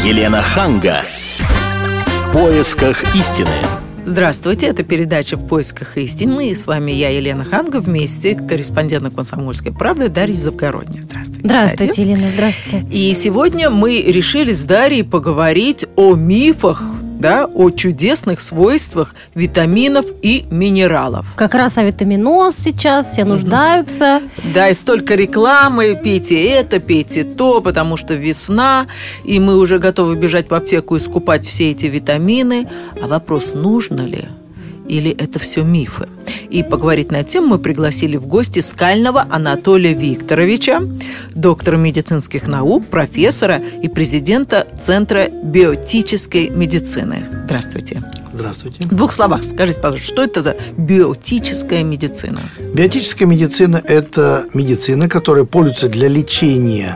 Елена Ханга. В поисках истины. Здравствуйте, это передача «В поисках истины». И с вами я, Елена Ханга, вместе корреспондент «Комсомольской правды» Дарья Завгородняя. Здравствуйте, Здравствуйте, Дарья. Елена, здравствуйте. И сегодня мы решили с Дарьей поговорить о мифах, да, о чудесных свойствах витаминов и минералов. Как раз авитаминоз сейчас, все нуждаются. Да, и столько рекламы, пейте это, пейте то, потому что весна, и мы уже готовы бежать в аптеку и скупать все эти витамины. А вопрос, нужно ли? Или это все мифы? И поговорить на эту тему мы пригласили в гости Скального Анатолия Викторовича, доктора медицинских наук, профессора и президента Центра биотической медицины. Здравствуйте. Здравствуйте. В двух словах скажите, пожалуйста, что это за биотическая медицина? Биотическая медицина – это медицина, которая пользуется для лечения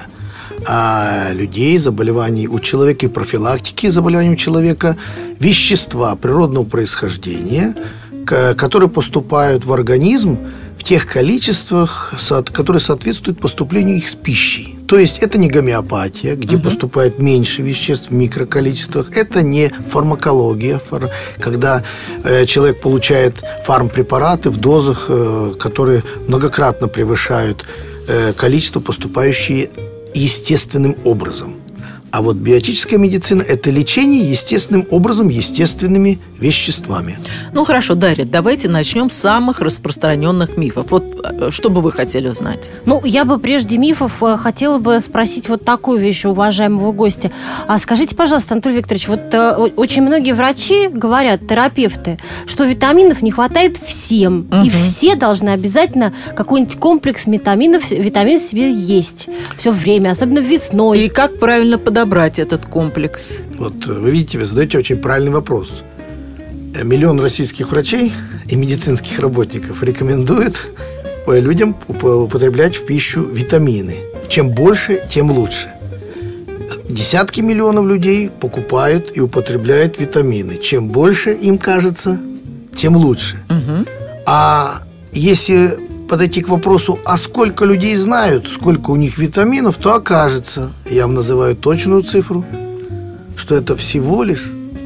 людей, заболеваний у человека и профилактики заболеваний у человека, вещества природного происхождения, которые поступают в организм в тех количествах, которые соответствуют поступлению их с пищей. То есть это не гомеопатия, где поступает меньше веществ в микроколичествах, это не фармакология, когда человек получает фармпрепараты в дозах, которые многократно превышают количество, поступающие естественным образом. А вот биотическая медицина – это лечение естественным образом, естественными веществами. Ну, хорошо, Дарья, давайте начнем с самых распространенных мифов. Вот что бы вы хотели узнать? Ну, я бы прежде мифов хотела бы спросить вот такую вещь у уважаемого гостя. А скажите, пожалуйста, Анатолий Викторович, вот очень многие врачи говорят, терапевты, что витаминов не хватает всем. И все должны обязательно какой-нибудь комплекс витаминов себе есть все время, особенно весной. И как правильно подобрать этот комплекс? Вот вы видите, вы задаете очень правильный вопрос. 1 миллион российских врачей и медицинских работников рекомендуют людям употреблять в пищу витамины. Чем больше, тем лучше. Десятки миллионов людей покупают и употребляют витамины. Чем больше им кажется, тем лучше. А если подойти к вопросу, а сколько людей знают, сколько у них витаминов, то окажется, я вам называю точную цифру, что это всего лишь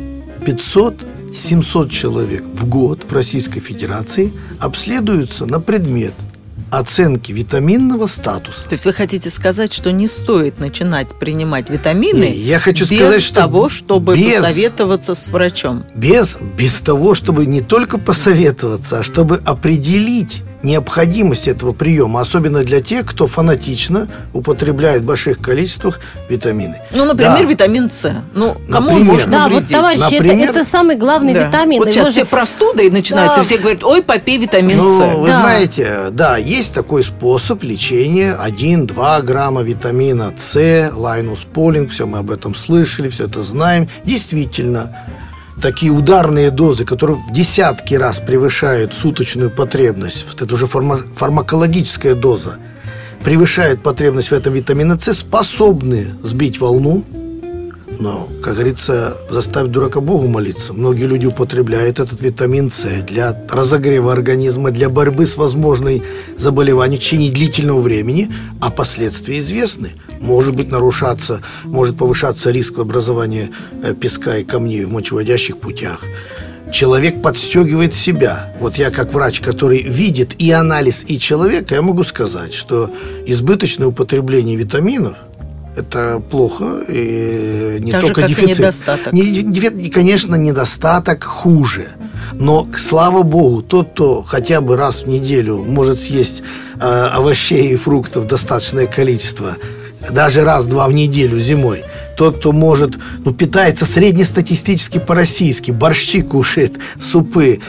500-700 человек в год в Российской Федерации обследуются на предмет оценки витаминного статуса. То есть вы хотите сказать, что не стоит начинать принимать витамины я хочу без сказать, что того, чтобы посоветоваться с врачом? Без того, чтобы не только посоветоваться, а чтобы определить необходимость этого приема, особенно для тех, кто фанатично употребляет в больших количествах витамины. Ну, например, витамин С. Ну, кому он Например. может Да, навредить? вот, товарищи, это самый главный витамин. Вот сейчас все простуды и начинаются, все говорят, ой, попей витамин С. Вы знаете, да, есть такой способ лечения. 1-2 грамма витамина С, Лайнус Полинг, все мы об этом слышали, все это знаем. Действительно, такие ударные дозы, которые в десятки раз превышают суточную потребность, вот это уже фармакологическая доза, превышает потребность в этом витамине С, способны сбить волну. Но, как говорится, заставить дурака Богу молиться. Многие люди употребляют этот витамин С для разогрева организма, для борьбы с возможной заболеванием в течение длительного времени, а последствия известны. Может повышаться риск образования песка и камней в мочевыводящих путях. Человек подстегивает себя. Вот я как врач, который видит и анализ, и человека, я могу сказать, что избыточное употребление витаминов – это плохо, и не так только же, как дефицит. И недостаток. И, конечно, недостаток хуже. Но, слава богу, тот, кто хотя бы раз в неделю может съесть овощей и фруктов достаточное количество, даже раз-два в неделю зимой, тот, кто может, питается среднестатистически по-российски, борщи кушает, супы.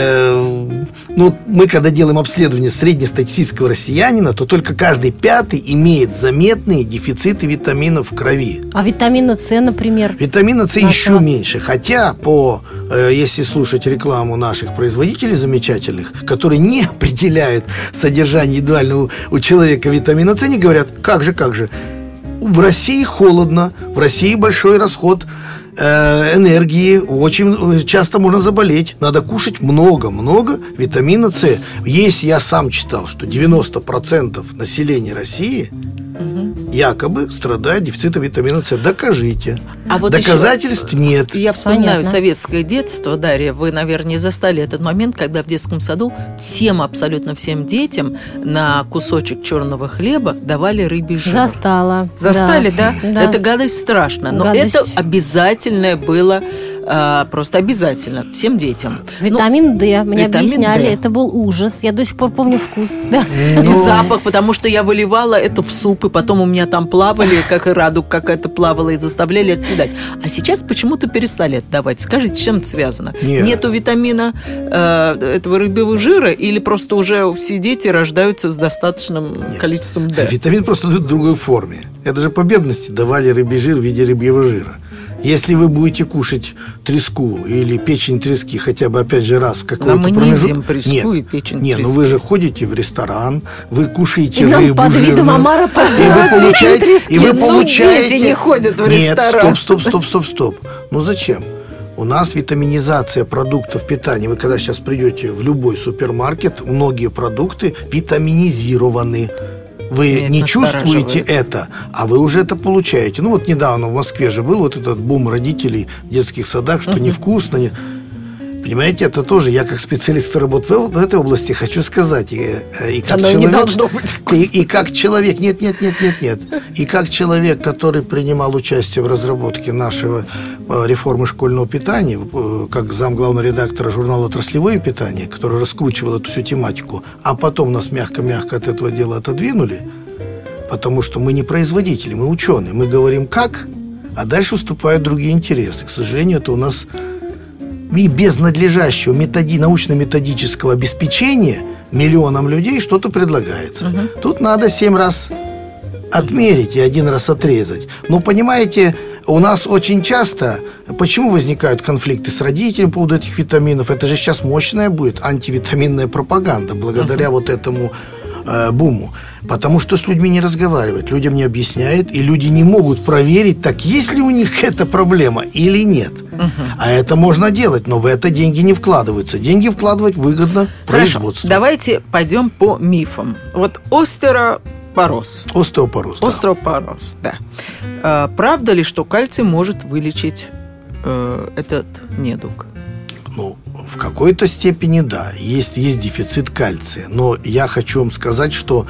Мы, когда делаем обследование среднестатистического россиянина, то только каждый пятый имеет заметные дефициты витаминов в крови. А витамина С, например? Витамина С еще меньше. Хотя, если слушать рекламу наших производителей замечательных, которые не определяют содержание индивидуального у человека витамина С, они говорят, как же, в России холодно, в России большой расход энергии, очень часто можно заболеть. Надо кушать много витамина С. Если я сам читал, что 90% населения России якобы страдает дефицитом витамина С. Докажите. А вот доказательств нет. Я вспоминаю Понятно. советское детство, Дарья. Вы, наверное, не застали этот момент, когда в детском саду абсолютно всем детям на кусочек черного хлеба давали рыбий жир. Застала. Застали, да? Да. Это гадость страшно. Но Гадость. это обязательное было, просто обязательно всем детям. Витамин D, мне витамин объясняли, D. это был ужас. Я до сих пор помню вкус. Да. И запах, потому что я выливала это в суп, и потом у меня там плавали, как и радуга какая-то плавала, и заставляли это съедать. А сейчас почему-то перестали это давать. Скажите, с чем это связано? Нет. Нету витамина этого рыбьего жира, или просто уже все дети рождаются с достаточным количеством D? Витамин просто дают в другой форме. Это же по бедности давали рыбий жир в виде рыбьего жира. Если вы будете кушать треску или печень трески хотя бы, опять же, раз какой-то мы не промежуток... едим треску и печень Нет, трески. ну вы же ходите в ресторан, вы кушаете И нам рыбу под видом жирную, омара и вы получаете... дети не ходят в Нет, ресторан. стоп. Ну зачем? У нас витаминизация продуктов питания. Вы когда сейчас придете в любой супермаркет, многие продукты витаминизированы. Вы Меня не это чувствуете настораживает. это, а вы уже это получаете. Ну вот недавно в Москве же был вот этот бум родителей в детских садах, что невкусно. Понимаете, это тоже, я как специалист, который работает в этой области, хочу сказать, и как Оно человек, не должно быть вкусным. и как человек, нет, и как человек, который принимал участие в разработке нашего реформы школьного питания, как зам главного редактора журнала «Отраслевое питание», который раскручивал эту всю тематику, а потом нас мягко-мягко от этого дела отодвинули, потому что мы не производители, мы ученые, мы говорим как, а дальше уступают другие интересы. К сожалению, это у нас... И без надлежащего научно-методического обеспечения миллионам людей что-то предлагается. Тут надо 7 раз отмерить и 1 раз отрезать. Но, понимаете, у нас очень часто... Почему возникают конфликты с родителями по поводу этих витаминов? Это же сейчас мощная будет антивитаминная пропаганда благодаря вот этому буму. Потому что с людьми не разговаривают, людям не объясняют, и люди не могут проверить, так есть ли у них эта проблема или нет. А это можно делать, но в это деньги не вкладываются. Деньги вкладывать выгодно в Хорошо, производство. давайте пойдем по мифам. Вот остеопороз. Остеопороз. Да. Остеопороз, да. Правда ли, что кальций может вылечить этот недуг? Ну, в какой-то степени да, есть дефицит кальция. Но я хочу вам сказать, что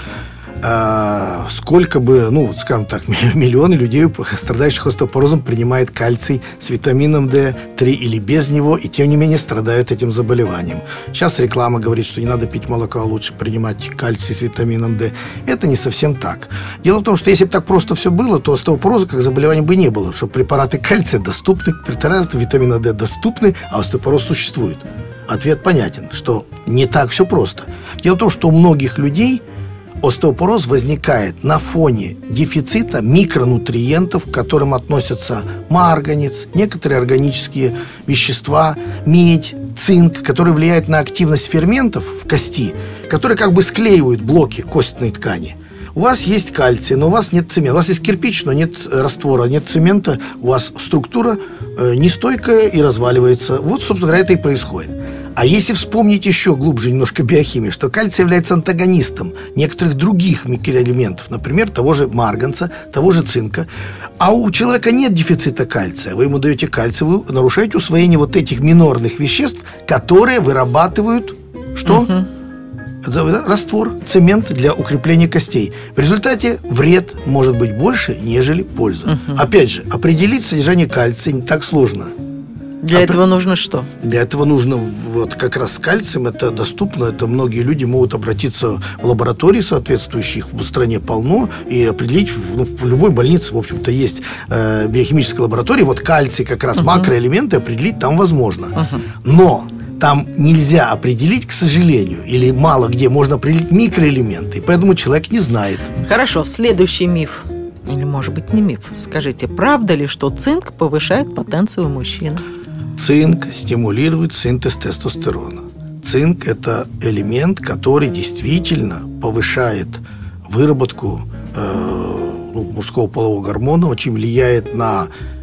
сколько бы, ну, скажем так, миллионы людей, страдающих остеопорозом, принимает кальций с витамином D3 или без него, и тем не менее страдают этим заболеванием. Сейчас реклама говорит, что не надо пить молоко, а лучше принимать кальций с витамином D. Это не совсем так. Дело в том, что если бы так просто все было, то остеопороза как заболевания бы не было, что препараты кальция доступны, препараты витамина D доступны, а остеопороз существует. Ответ понятен, что не так все просто. Дело в том, что у многих людей остеопороз возникает на фоне дефицита микронутриентов, к которым относятся марганец, некоторые органические вещества, медь, цинк, которые влияют на активность ферментов в кости, которые как бы склеивают блоки костной ткани. У вас есть кальций, но у вас нет цемента. У вас есть кирпич, но нет раствора, нет цемента. У вас структура нестойкая и разваливается. Вот, собственно говоря, это и происходит. А если вспомнить еще глубже немножко биохимию, что кальций является антагонистом некоторых других микроэлементов, например, того же марганца, того же цинка, а у человека нет дефицита кальция, вы ему даете кальций, вы нарушаете усвоение вот этих минорных веществ, которые вырабатывают что? Это раствор, цемент для укрепления костей. В результате вред может быть больше, нежели польза. Опять же, определить содержание кальция не так сложно. Для этого нужно что? Для этого нужно вот как раз с кальцием, это доступно, это многие люди могут обратиться в лаборатории соответствующих, в стране полно, и определить, ну, в любой больнице, в общем-то, есть биохимическая лаборатория, вот кальций, как раз макроэлементы определить там возможно. Но там нельзя определить, к сожалению, или мало где можно определить микроэлементы, и поэтому человек не знает. Хорошо, следующий миф. Или, может быть, не миф. Скажите, правда ли, что цинк повышает потенцию у мужчин? Цинк стимулирует синтез тестостерона. Цинк – это элемент, который действительно повышает выработку мужского полового гормона, очень влияет на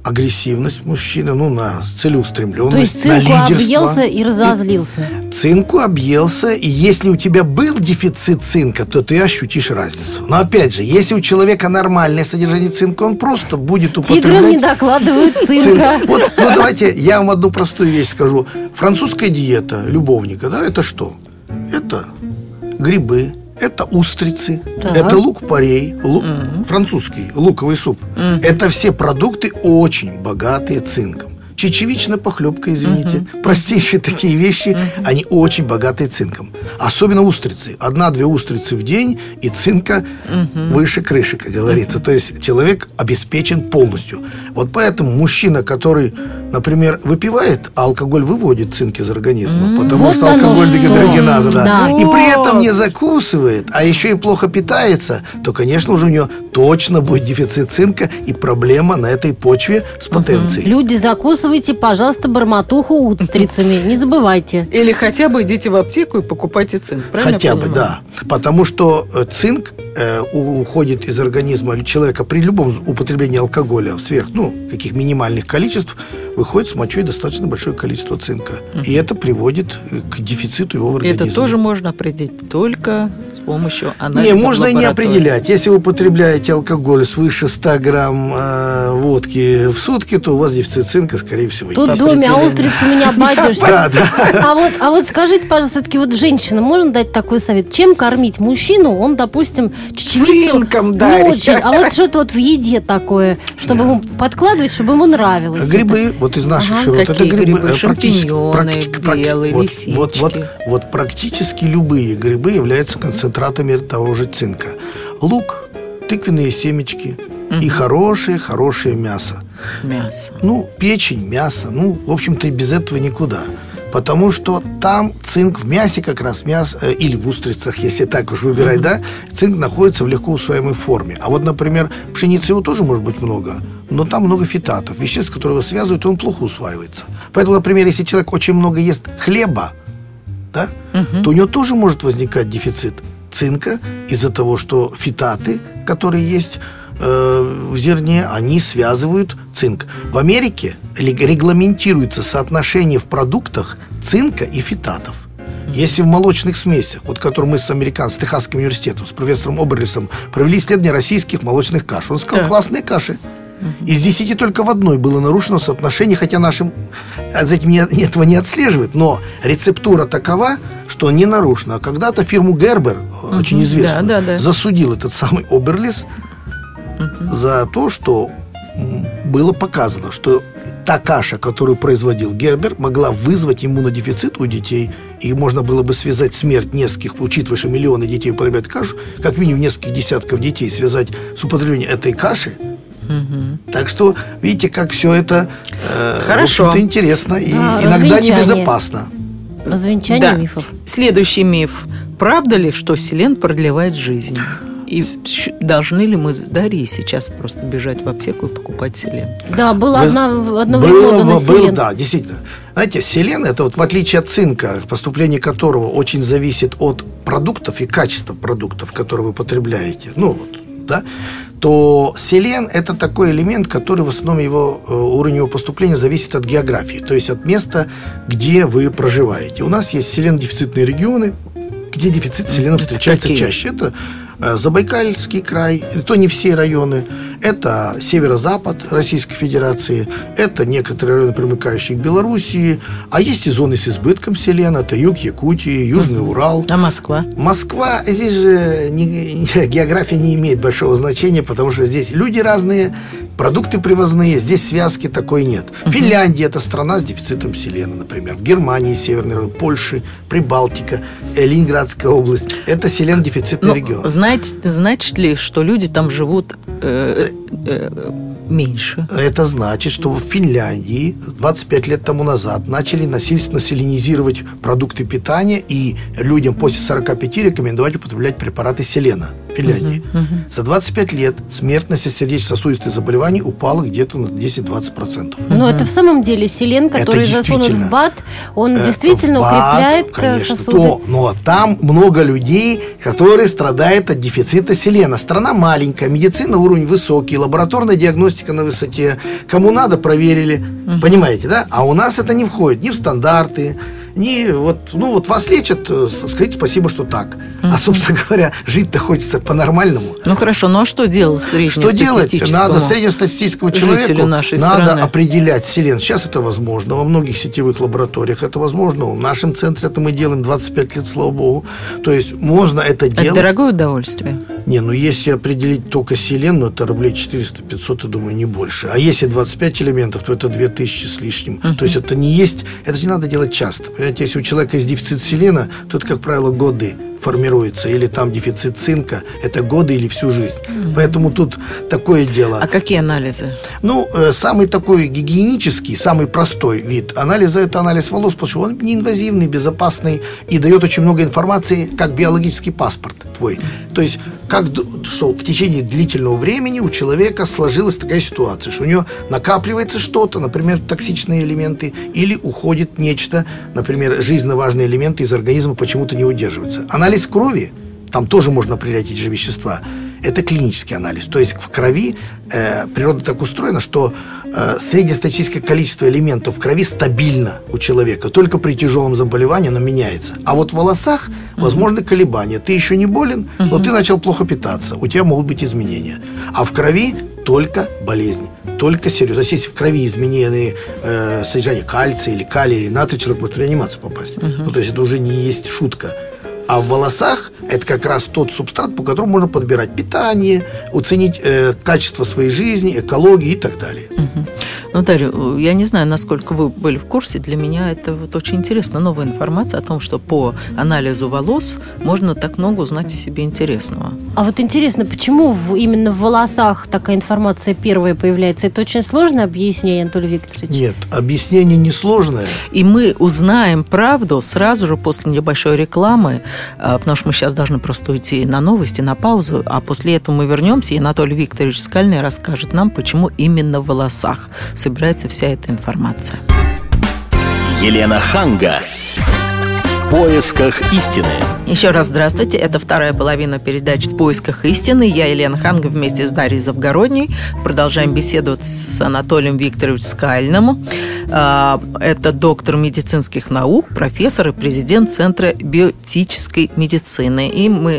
агрессивность мужчины, на целеустремленность, То есть на цинку лидерство. объелся и разозлился. Цинку объелся, и если у тебя был дефицит цинка, то ты ощутишь разницу. Но опять же, если у человека нормальное содержание цинка, он просто будет употреблять... Тиграм не докладывают цинка. Вот, давайте я вам одну простую вещь скажу. Французская диета любовника, это что? Это грибы, это устрицы, Так. это лук-порей, французский луковый суп. Это все продукты очень богатые цинком. Чечевичная похлебка, извините. Простейшие такие вещи, они очень богатые цинком. Особенно устрицы. 1-2 устрицы в день, и цинка выше крыши, как говорится. То есть человек обеспечен полностью. Вот поэтому мужчина, который, например, выпивает, а алкоголь выводит цинк из организма, потому Вот что оно алкоголь что. дегидрогеназа, Да. и при этом не закусывает, а еще и плохо питается, то, конечно, уже у него точно будет дефицит цинка и проблема на этой почве с потенцией. Люди, закусывайте, пожалуйста, бормотуху устрицами. Не забывайте. Или хотя бы идите в аптеку и покупайте цинк. Правильно Хотя я бы, понимаю? да. Потому что цинк уходит из организма человека при любом употреблении алкоголя сверх, каких минимальных количеств, выходит с мочой достаточно большое количество цинка. И это приводит к дефициту его в организме. Это тоже можно определить только с помощью Не, анализа можно и не определять. Если вы употребляете алкоголь свыше 100 грамм водки в сутки, то у вас дефицит цинка, скорее всего, Тут в есть. доме, а устрицами не обойдешься. Да. А вот скажите, пожалуйста, все-таки женщина, можно дать такой совет? Чем кормить мужчину? Он, допустим, чечевицу Цинком не дарить. очень. А вот что-то в еде такое, чтобы ему подкладывать, чтобы ему нравилось. Грибы, вот из наших Ага, широт, какие грибы? практически- Шампиньоны, белые, лисички. Вот практически любые грибы являются концентратами того же цинка. Лук, тыквенные семечки и хорошее мясо. Мясо. Печень, мясо, в общем-то, и без этого никуда. Потому что там цинк в мясе как раз, или в устрицах, если так уж выбирать, цинк находится в легко усвояемой форме. А вот, например, пшеницы его тоже может быть много, но там много фитатов, веществ, которые его связывают, и он плохо усваивается. Поэтому, например, если человек очень много ест хлеба, то у него тоже может возникать дефицит цинка из-за того, что фитаты, которые есть в зерне, они связывают цинк. В Америке регламентируется соотношение в продуктах цинка и фитатов. Если в молочных смесях, которые мы с Техасским университетом, с профессором Оберлисом провели исследование российских молочных каш, он сказал, классные каши. Из 10 только в одной было нарушено соотношение, хотя нашим за этим этого не отслеживают, но рецептура такова, что не нарушена. А когда-то фирму Гербер, очень известную, засудил этот самый Оберлис за то, что было показано, что та каша, которую производил Гербер, могла вызвать иммунодефицит у детей, и можно было бы связать смерть нескольких, учитывая, что миллионы детей употребляют кашу, как минимум нескольких десятков детей связать с употреблением этой каши. Так что, видите, как все это Хорошо. в общем-то, интересно и Да, иногда развенчание. небезопасно. Развенчание мифов. Следующий миф. Правда ли, что селен продлевает жизнь? И должны ли мы, Дарья, сейчас просто бежать в аптеку и покупать селен? Да, было одно время на селен. Да, действительно. Знаете, селен, это в отличие от цинка, поступление которого очень зависит от продуктов и качества продуктов, которые вы потребляете, то селен – это такой элемент, который в основном уровень его поступления зависит от географии, то есть от места, где вы проживаете. У нас есть селен-дефицитные регионы, где дефицит селена встречается чаще. Это Забайкальский край, то не все районы, это северо-запад Российской Федерации, это некоторые районы, примыкающие к Белоруссии, а есть и зоны с избытком селена, это юг Якутии, Южный Урал. А Москва? Москва, здесь же география не имеет большого значения, потому что здесь люди разные, продукты привозные, здесь связки такой нет. Финляндия – это страна с дефицитом селена, например. В Германии, Северный район, Польши, Прибалтика, Ленинградская область – это селен-дефицитный регион. Значит ли, что люди там живут меньше? Это значит, что в Финляндии 25 лет тому назад начали насильственно селенизировать продукты питания и людям после 45 рекомендовать употреблять препараты селена в Финляндии. За 25 лет смертность от сердечно-сосудистых заболеваний упала где-то на 10-20%. Но это в самом деле селен, который засунут в БАД, он действительно укрепляет сосуды. Но там много людей, которые страдают от дефицита селена. Страна маленькая, медицина уровень высокий, лабораторная диагностика диагностика на высоте. Кому надо, проверили. Понимаете, да? А у нас это не входит ни в стандарты, ни вот вас лечат, скажите спасибо, что так. А, собственно говоря, жить-то хочется по-нормальному. Ну хорошо, ну а что делать среднестатистическому? Что делать? Надо среднестатистическому человеку нашей надо страны определять селен. Сейчас это возможно. Во многих сетевых лабораториях это возможно. В нашем центре это мы делаем 25 лет, слава богу. То есть можно это делать. Это дорогое удовольствие? Не, ну если определить только селен, ну это рублей 400-500, я думаю, не больше. А если 25 элементов, то это 2000 с лишним. То есть это не надо делать часто. Понимаете, если у человека есть дефицит селена, то это, как правило, годы формируется, или там дефицит цинка, это годы или всю жизнь. Поэтому тут такое дело. А какие анализы? Ну, самый такой гигиенический, самый простой вид анализа – это анализ волос, потому что он неинвазивный, безопасный и дает очень много информации, как биологический паспорт твой. То есть, что в течение длительного времени у человека сложилась такая ситуация, что у него накапливается что-то, например, токсичные элементы, или уходит нечто, например, жизненно важные элементы из организма почему-то не удерживаются. Анализ крови, там тоже можно определять эти же вещества, это клинический анализ. То есть в крови природа так устроена, что среднестатистическое количество элементов в крови стабильно у человека. Только при тяжелом заболевании оно меняется. А вот в волосах возможны колебания. Ты еще не болен, но ты начал плохо питаться. У тебя могут быть изменения. А в крови только болезни. Только серьезно. Если в крови изменены содержание кальция или калия или натрия, человек может в реанимацию попасть. Ну, то есть это уже не есть шутка. А в волосах это как раз тот субстрат, по которому можно подбирать питание, оценить качество своей жизни, экологии и так далее. Наталья, я не знаю, насколько вы были в курсе, для меня это вот очень интересно, новая информация о том, что по анализу волос можно так много узнать о себе интересного. А вот интересно, почему именно в волосах такая информация первая появляется? Это очень сложное объяснение, Анатолий Викторович? Нет, объяснение несложное. И мы узнаем правду сразу же после небольшой рекламы, потому что мы сейчас должны просто уйти на новости, на паузу, а после этого мы вернемся, и Анатолий Викторович Скальный расскажет нам, почему именно в волосах собирается вся эта информация. Елена Ханга. В поисках истины. Еще раз здравствуйте. Это вторая половина передачи «В поисках истины». Я, Елена Ханга, вместе с Дарьей Завгородней продолжаем беседовать с Анатолием Викторовичем Скальным. Это доктор медицинских наук, профессор и президент Центра биотической медицины. И мы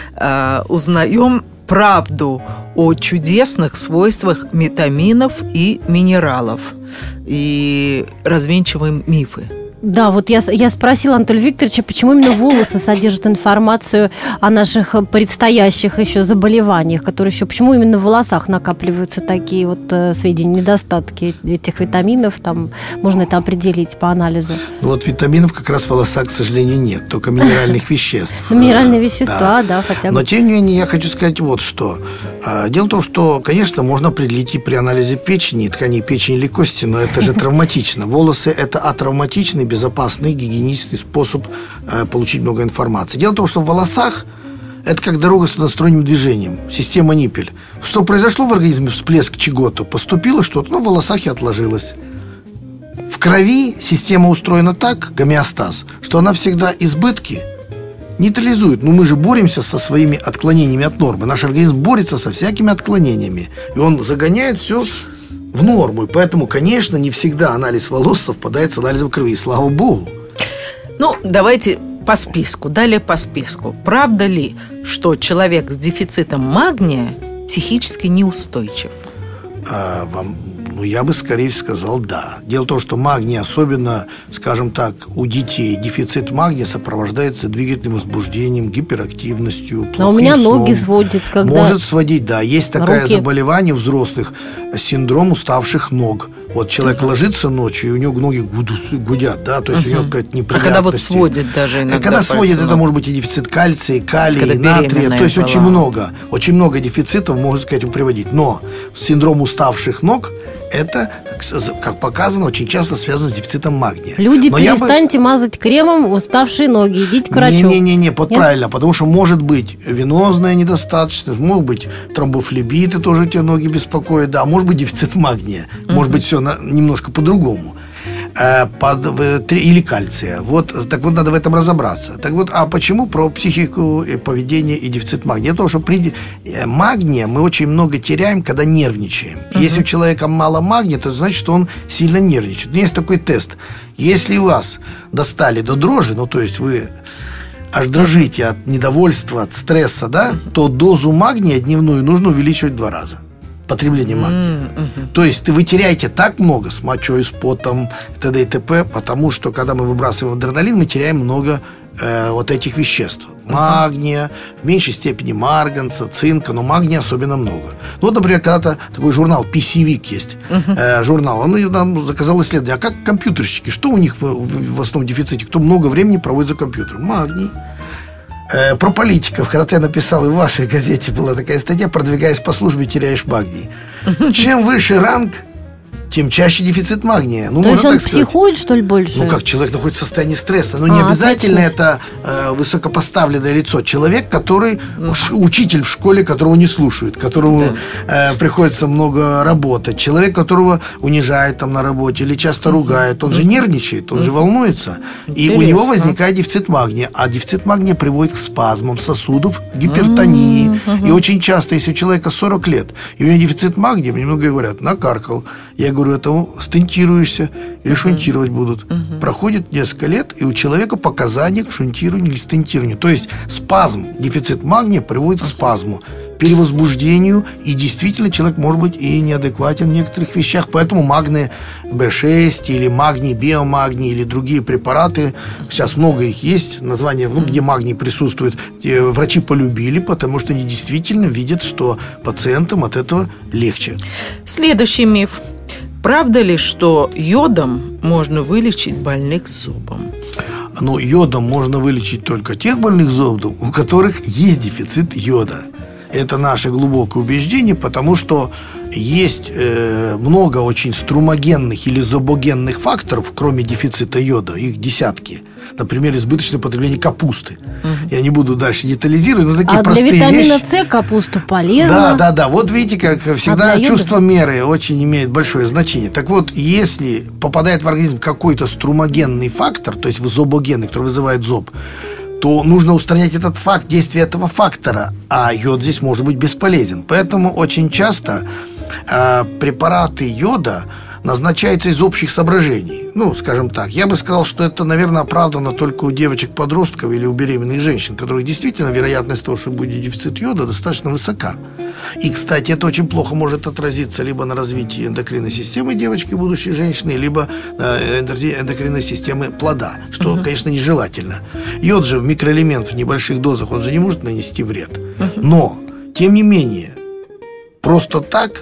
узнаем правду о чудесных свойствах витаминов и минералов и развенчиваем мифы. Да, вот я спросила Анатолия Викторовича, почему именно волосы содержат информацию о наших предстоящих еще заболеваниях, которые еще, почему именно в волосах накапливаются такие вот сведения, недостатки этих витаминов, там можно это определить по анализу. Ну вот витаминов как раз в волосах, к сожалению, нет, только минеральных веществ. Минеральные вещества, да, хотя бы. Но тем не менее я хочу сказать вот что. Дело в том, что, конечно, можно определить и при анализе печени, тканей печени или кости, но это же травматично. Волосы – это атравматичный, безопасный, гигиенический способ получить много информации. Дело в том, что в волосах это как дорога с односторонним движением, система Ниппель. Что произошло в организме, всплеск чего-то, поступило что-то, но в волосах и отложилось. В крови система устроена так, гомеостаз, что она всегда избытки нейтрализует. Но мы же боремся со своими отклонениями от нормы. Наш организм борется со всякими отклонениями. И он загоняет все в норму. И поэтому, конечно, не всегда анализ волос совпадает с анализом крови. Слава богу. Ну, давайте по списку. Далее по списку. Правда ли, что человек с дефицитом магния психически неустойчив? Я бы скорее сказал да. Дело в том, что магний, особенно, скажем так, у детей, дефицит магния сопровождается двигательным возбуждением, гиперактивностью, плохим сном. А у меня сном. ноги сводит, когда... Может сводить, да. Есть такое руки. заболевание у взрослых, синдром уставших ног. Вот человек ложится ночью, и у него ноги гудят, да, то есть у него какая-то неприятность. А когда вот сводит даже иногда. Когда сводит, это может быть и дефицит кальция, калия, натрия, то есть очень много дефицитов может к этому приводить. Но синдром уставших ног это, как показано, очень часто связано с дефицитом магния. Люди, перестаньте мазать кремом уставшие ноги, идите к врачу. Не, вот правильно, потому что может быть венозная недостаточность, может быть тромбофлебиты, тоже те ноги беспокоят, да, может быть дефицит магния, может быть все немножко по-другому. или кальция. Вот, так вот, надо в этом разобраться. Так вот, а почему про психику, и поведение и дефицит магния? Дело в том, что при магния мы очень много теряем, когда нервничаем. Если у человека мало магния, то это значит, что он сильно нервничает. Есть такой тест. Если вас достали до дрожи, ну, то есть вы аж дрожите от недовольства, от стресса, да, то дозу магния дневную нужно увеличивать в 2 раза. Потребление магния. То есть вы теряете так много с мочой, с потом, т.д. и т.п., потому что, когда мы выбрасываем адреналин, мы теряем много вот этих веществ. Магния, в меньшей степени марганца, цинка, но магния особенно много. Ну, вот, например, когда-то такой журнал PC Week есть, журнал, он нам заказал исследование, а как компьютерщики, что у них в основном дефиците, кто много времени проводит за компьютером? Магний. Про политиков, когда-то я написал, и в вашей газете была такая статья, продвигаясь по службе, теряешь магний. Чем выше ранг, тем чаще дефицит магния. Ну, то есть он сказать. Психует, что ли, больше? Ну, как человек находится в состоянии стресса. Но не обязательно это высокопоставленное лицо. Человек, который учитель в школе, которого не слушают, которому приходится много работать. Человек, которого унижают там на работе или часто ругают. Он же нервничает, он же волнуется. И у него возникает дефицит магния. А дефицит магния приводит к спазмам сосудов, гипертонии. И очень часто, если у человека 40 лет, и у него дефицит магния, мне многие говорят, накаркал. Я говорю, это стентируешься или шунтировать будут. Проходит несколько лет, и у человека показания к шунтированию или стентированию. То есть спазм, дефицит магния приводит к спазму, перевозбуждению, и действительно человек может быть и неадекватен в некоторых вещах. Поэтому магний B6 или магний, биомагний или другие препараты, сейчас много их есть, название, где магний присутствует, врачи полюбили, потому что они действительно видят, что пациентам от этого легче. Следующий миф. Правда ли, что йодом можно вылечить больных зубом? Но йодом можно вылечить только тех больных зубом, у которых есть дефицит йода. Это наше глубокое убеждение, потому что есть много очень струмогенных или зобогенных факторов, кроме дефицита йода, их десятки. Например, избыточное потребление капусты. Я не буду дальше детализировать, но такие простые вещи. А для витамина С капуста полезна. Да. Вот видите, как всегда чувство меры очень имеет большое значение. Так вот, если попадает в организм какой-то струмогенный фактор, то есть зобогенный, который вызывает зоб, то нужно устранять этот факт, действие этого фактора. А йод здесь может быть бесполезен. Поэтому очень часто препараты йода назначаются из общих соображений. Ну, скажем так, я бы сказал, что это, наверное, оправдано только у девочек-подростков или у беременных женщин, у которых действительно вероятность того, что будет дефицит йода, достаточно высока. И, кстати, это очень плохо может отразиться либо на развитии эндокринной системы девочки, будущей женщины, либо на эндокринной системы плода, что, конечно, нежелательно. Йод же, микроэлемент в небольших дозах, он же не может нанести вред. Но, тем не менее, просто так,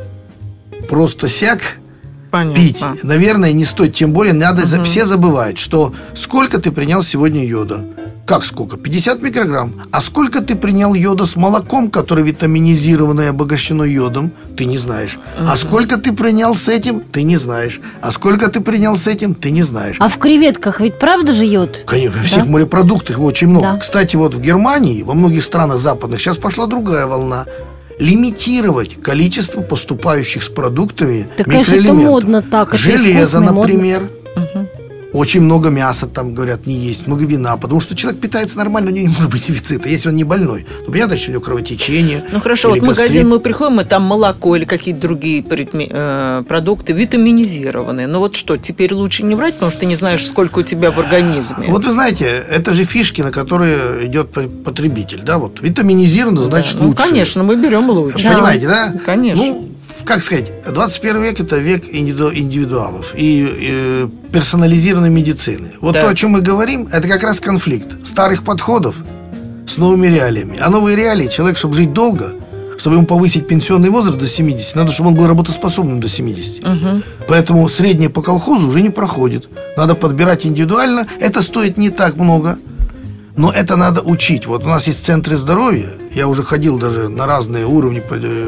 просто сяк пить, наверное, не стоит. Тем более, надо все забывают, что сколько ты принял сегодня йода. Как сколько? 50 микрограмм. А сколько ты принял йода с молоком, которое витаминизировано и обогащено йодом, ты не знаешь. А сколько ты принял с этим, ты не знаешь. А сколько ты принял с этим, ты не знаешь. А в креветках ведь правда же йод? Конечно, во всех морепродуктах его очень много. Да. Кстати, вот в Германии, во многих странах западных, сейчас пошла другая волна. Лимитировать количество поступающих с продуктами микроэлементов. Это модно так. Железо, например. Очень много мяса там, говорят, не есть, много вина, потому что человек питается нормально, у него не может быть дефицита, если он не больной. То понятно, что у него кровотечение. Ну хорошо, вот в магазин мы приходим, и там молоко или какие-то другие продукты витаминизированные. Ну вот что, теперь лучше не брать, потому что ты не знаешь, сколько у тебя в организме. Вот вы знаете, это же фишки, на которые идет потребитель, да, вот витаминизировано, значит лучше. Ну конечно, мы берем лучше. Понимаете, да? Конечно. Ну, как сказать, 21 век – это век индивидуалов и персонализированной медицины. Вот то, о чем мы говорим, это как раз конфликт старых подходов с новыми реалиями. А новые реалии, человек, чтобы жить долго, чтобы ему повысить пенсионный возраст до 70, надо, чтобы он был работоспособным до 70. Поэтому среднее по колхозу уже не проходит. Надо подбирать индивидуально. Это стоит не так много. Но это надо учить. Вот у нас есть центры здоровья. Я уже ходил даже на разные уровни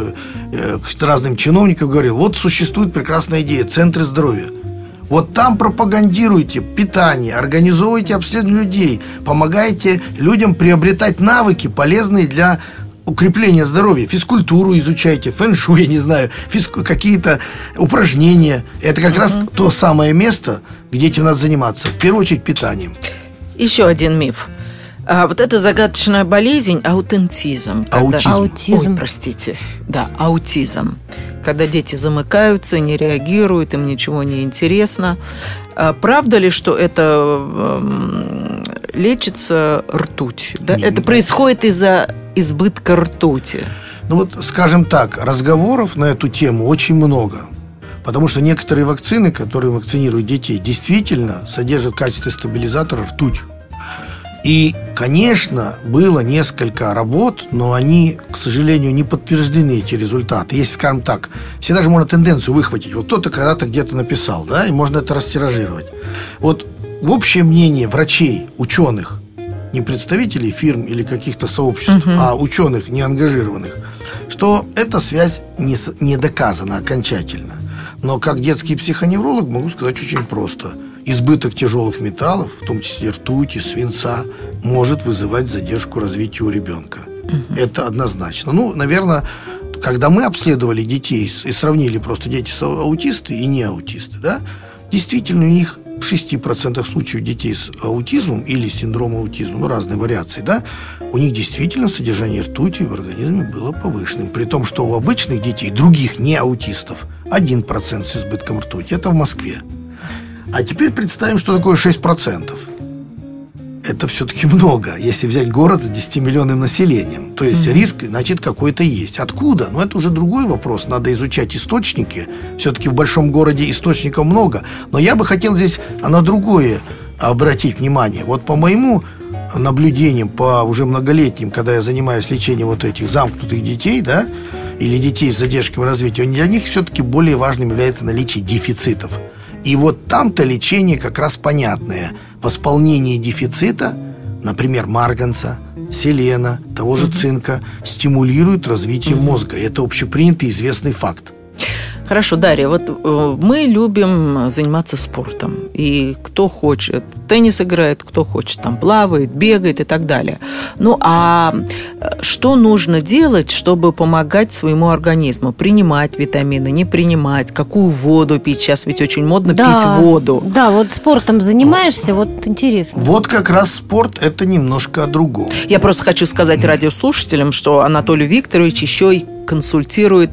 к разным чиновникам, говорил, вот существует прекрасная идея, центры здоровья. Вот там пропагандируйте питание, организовывайте обследование людей, помогайте людям приобретать навыки, полезные для укрепление здоровья, физкультуру изучайте, фэн-шуй, я не знаю, какие-то упражнения. Это как раз то самое место, где этим надо заниматься. В первую очередь питанием. Еще один миф. Вот эта загадочная болезнь – аутизм. Аутизм. Ой, простите. Да, аутизм. Когда дети замыкаются, не реагируют, им ничего не интересно. Правда ли, что это лечится ртутью? Да? Это происходит из-за избытка ртути. Ну вот, скажем так, разговоров на эту тему очень много. Потому что некоторые вакцины, которые вакцинируют детей, действительно содержат в качестве стабилизатора ртуть. И, конечно, было несколько работ, но они, к сожалению, не подтверждены, эти результаты. Если, скажем так, всегда же можно тенденцию выхватить. Вот кто-то когда-то где-то написал, да, и можно это растиражировать. Вот в общее мнение врачей, ученых, не представителей фирм или каких-то сообществ, а ученых, не ангажированных, что эта связь не доказана окончательно. Но как детский психоневролог могу сказать очень просто. Избыток тяжелых металлов, в том числе ртути, свинца, может вызывать задержку развития у ребенка. Это однозначно. Ну, наверное, когда мы обследовали детей и сравнили просто дети аутисты и не аутисты, да, действительно у них в 6% случаев детей с аутизмом или синдромом аутизма, ну, разные вариации, да, у них действительно содержание ртути в организме было повышенным. При том, что у обычных детей, других не аутистов, 1% с избытком ртути. Это в Москве. А теперь представим, что такое 6%. Это все-таки много, если взять город с 10-миллионным населением. То есть риск, значит, какой-то есть. Откуда? Ну, это уже другой вопрос. Надо изучать источники. Все-таки в большом городе источников много. Но я бы хотел здесь на другое обратить внимание. Вот по моему наблюдениям, по уже многолетним, когда я занимаюсь лечением вот этих замкнутых детей, да, или детей с задержками развития, для них все-таки более важным является наличие дефицитов. И вот там-то лечение как раз понятное. Восполнение дефицита, например, марганца, селена, того же цинка, стимулирует развитие мозга. Это общепринятый известный факт. Хорошо, Дарья, вот мы любим заниматься спортом. И кто хочет, теннис играет, кто хочет, там плавает, бегает и так далее. Ну, а что нужно делать, чтобы помогать своему организму? Принимать витамины, не принимать? Какую воду пить? Сейчас ведь очень модно пить воду. Да, вот спортом занимаешься, вот интересно. Вот как раз спорт – это немножко о другом. Я просто хочу сказать радиослушателям, что Анатолий Викторович еще и консультирует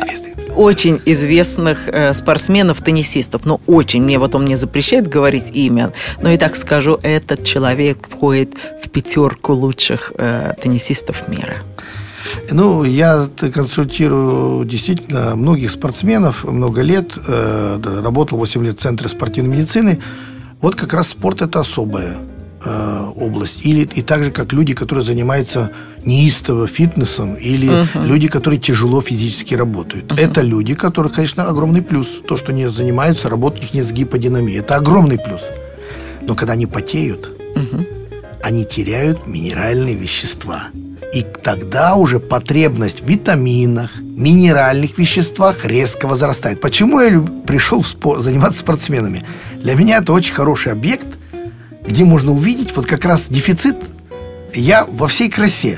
очень известных спортсменов, теннисистов. Ну, очень. Он мне запрещает говорить имя. Но и так скажу, этот человек входит в 5 лучших теннисистов мира. Ну, я консультирую действительно многих спортсменов, много лет. Работал 8 лет в Центре спортивной медицины. Вот как раз спорт – это особая область. И так же, как люди, которые занимаются неистово фитнесом, или люди, которые тяжело физически работают. Это люди, которых, конечно, огромный плюс. То, что они занимаются, работа у них нет с гиподинамией. Это огромный плюс. Но когда они потеют, они теряют минеральные вещества. И тогда уже потребность в витаминах, минеральных веществах резко возрастает. Почему я пришел в спорт, заниматься спортсменами? Для меня это очень хороший объект, где можно увидеть вот как раз дефицит во всей красе.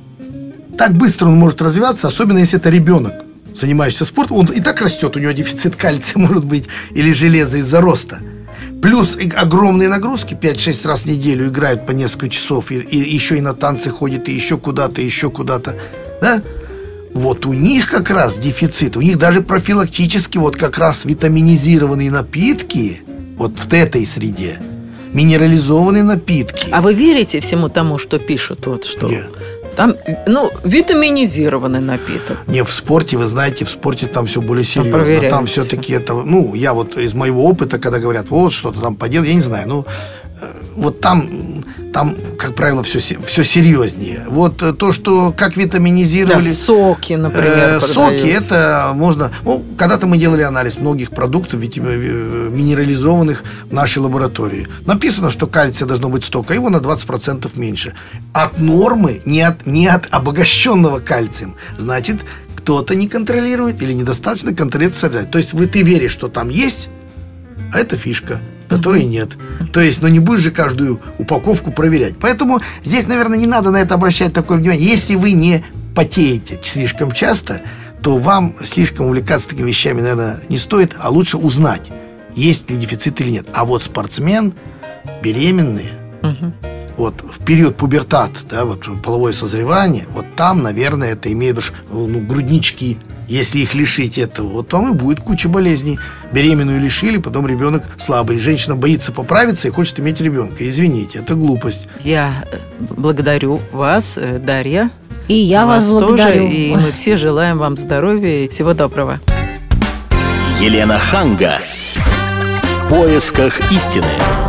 Так быстро он может развиваться, особенно если это ребенок, занимающийся спортом. Он и так растет, у него дефицит кальция может быть или железа из-за роста. Плюс огромные нагрузки, 5-6 раз в неделю играют по несколько часов, и еще и на танцы ходят, и еще куда-то, да? Вот у них как раз дефицит, у них даже профилактически вот как раз витаминизированные напитки вот в этой среде, минерализованные напитки. А вы верите всему тому, что пишут? Вот что? Нет. Там, витаминизированный напиток. Не, в спорте, вы знаете, в спорте там все более серьезно. Там все-таки это, я вот из моего опыта, когда говорят, вот что-то там поделать, я не знаю, вот там, как правило, все серьезнее. Вот то, что как витаминизировали... Да, соки, например, соки, это можно... когда-то мы делали анализ многих продуктов минерализованных в нашей лаборатории. Написано, что кальция должно быть столько, а его на 20% меньше. От нормы, не от обогащенного кальцием. Значит, кто-то не контролирует или недостаточно контролирует содержание. То есть ты веришь, что там есть, а это фишка, которой нет. То есть, не будешь же каждую упаковку проверять. Поэтому здесь, наверное, не надо на это обращать такое внимание. Если вы не потеете слишком часто, то вам слишком увлекаться такими вещами, наверное, не стоит, а лучше узнать, есть ли дефицит или нет. А вот спортсмен, беременные, вот в период пубертата, да, вот половое созревание, вот там, наверное, это имеет груднички. Если их лишить этого, вот там и будет куча болезней. Беременную лишили, потом ребенок слабый. Женщина боится поправиться и хочет иметь ребенка. Извините, это глупость. Я благодарю вас, Дарья. И я вас благодарю. Тоже, и мы все желаем вам здоровья и всего доброго. Елена Ханга. В поисках истины.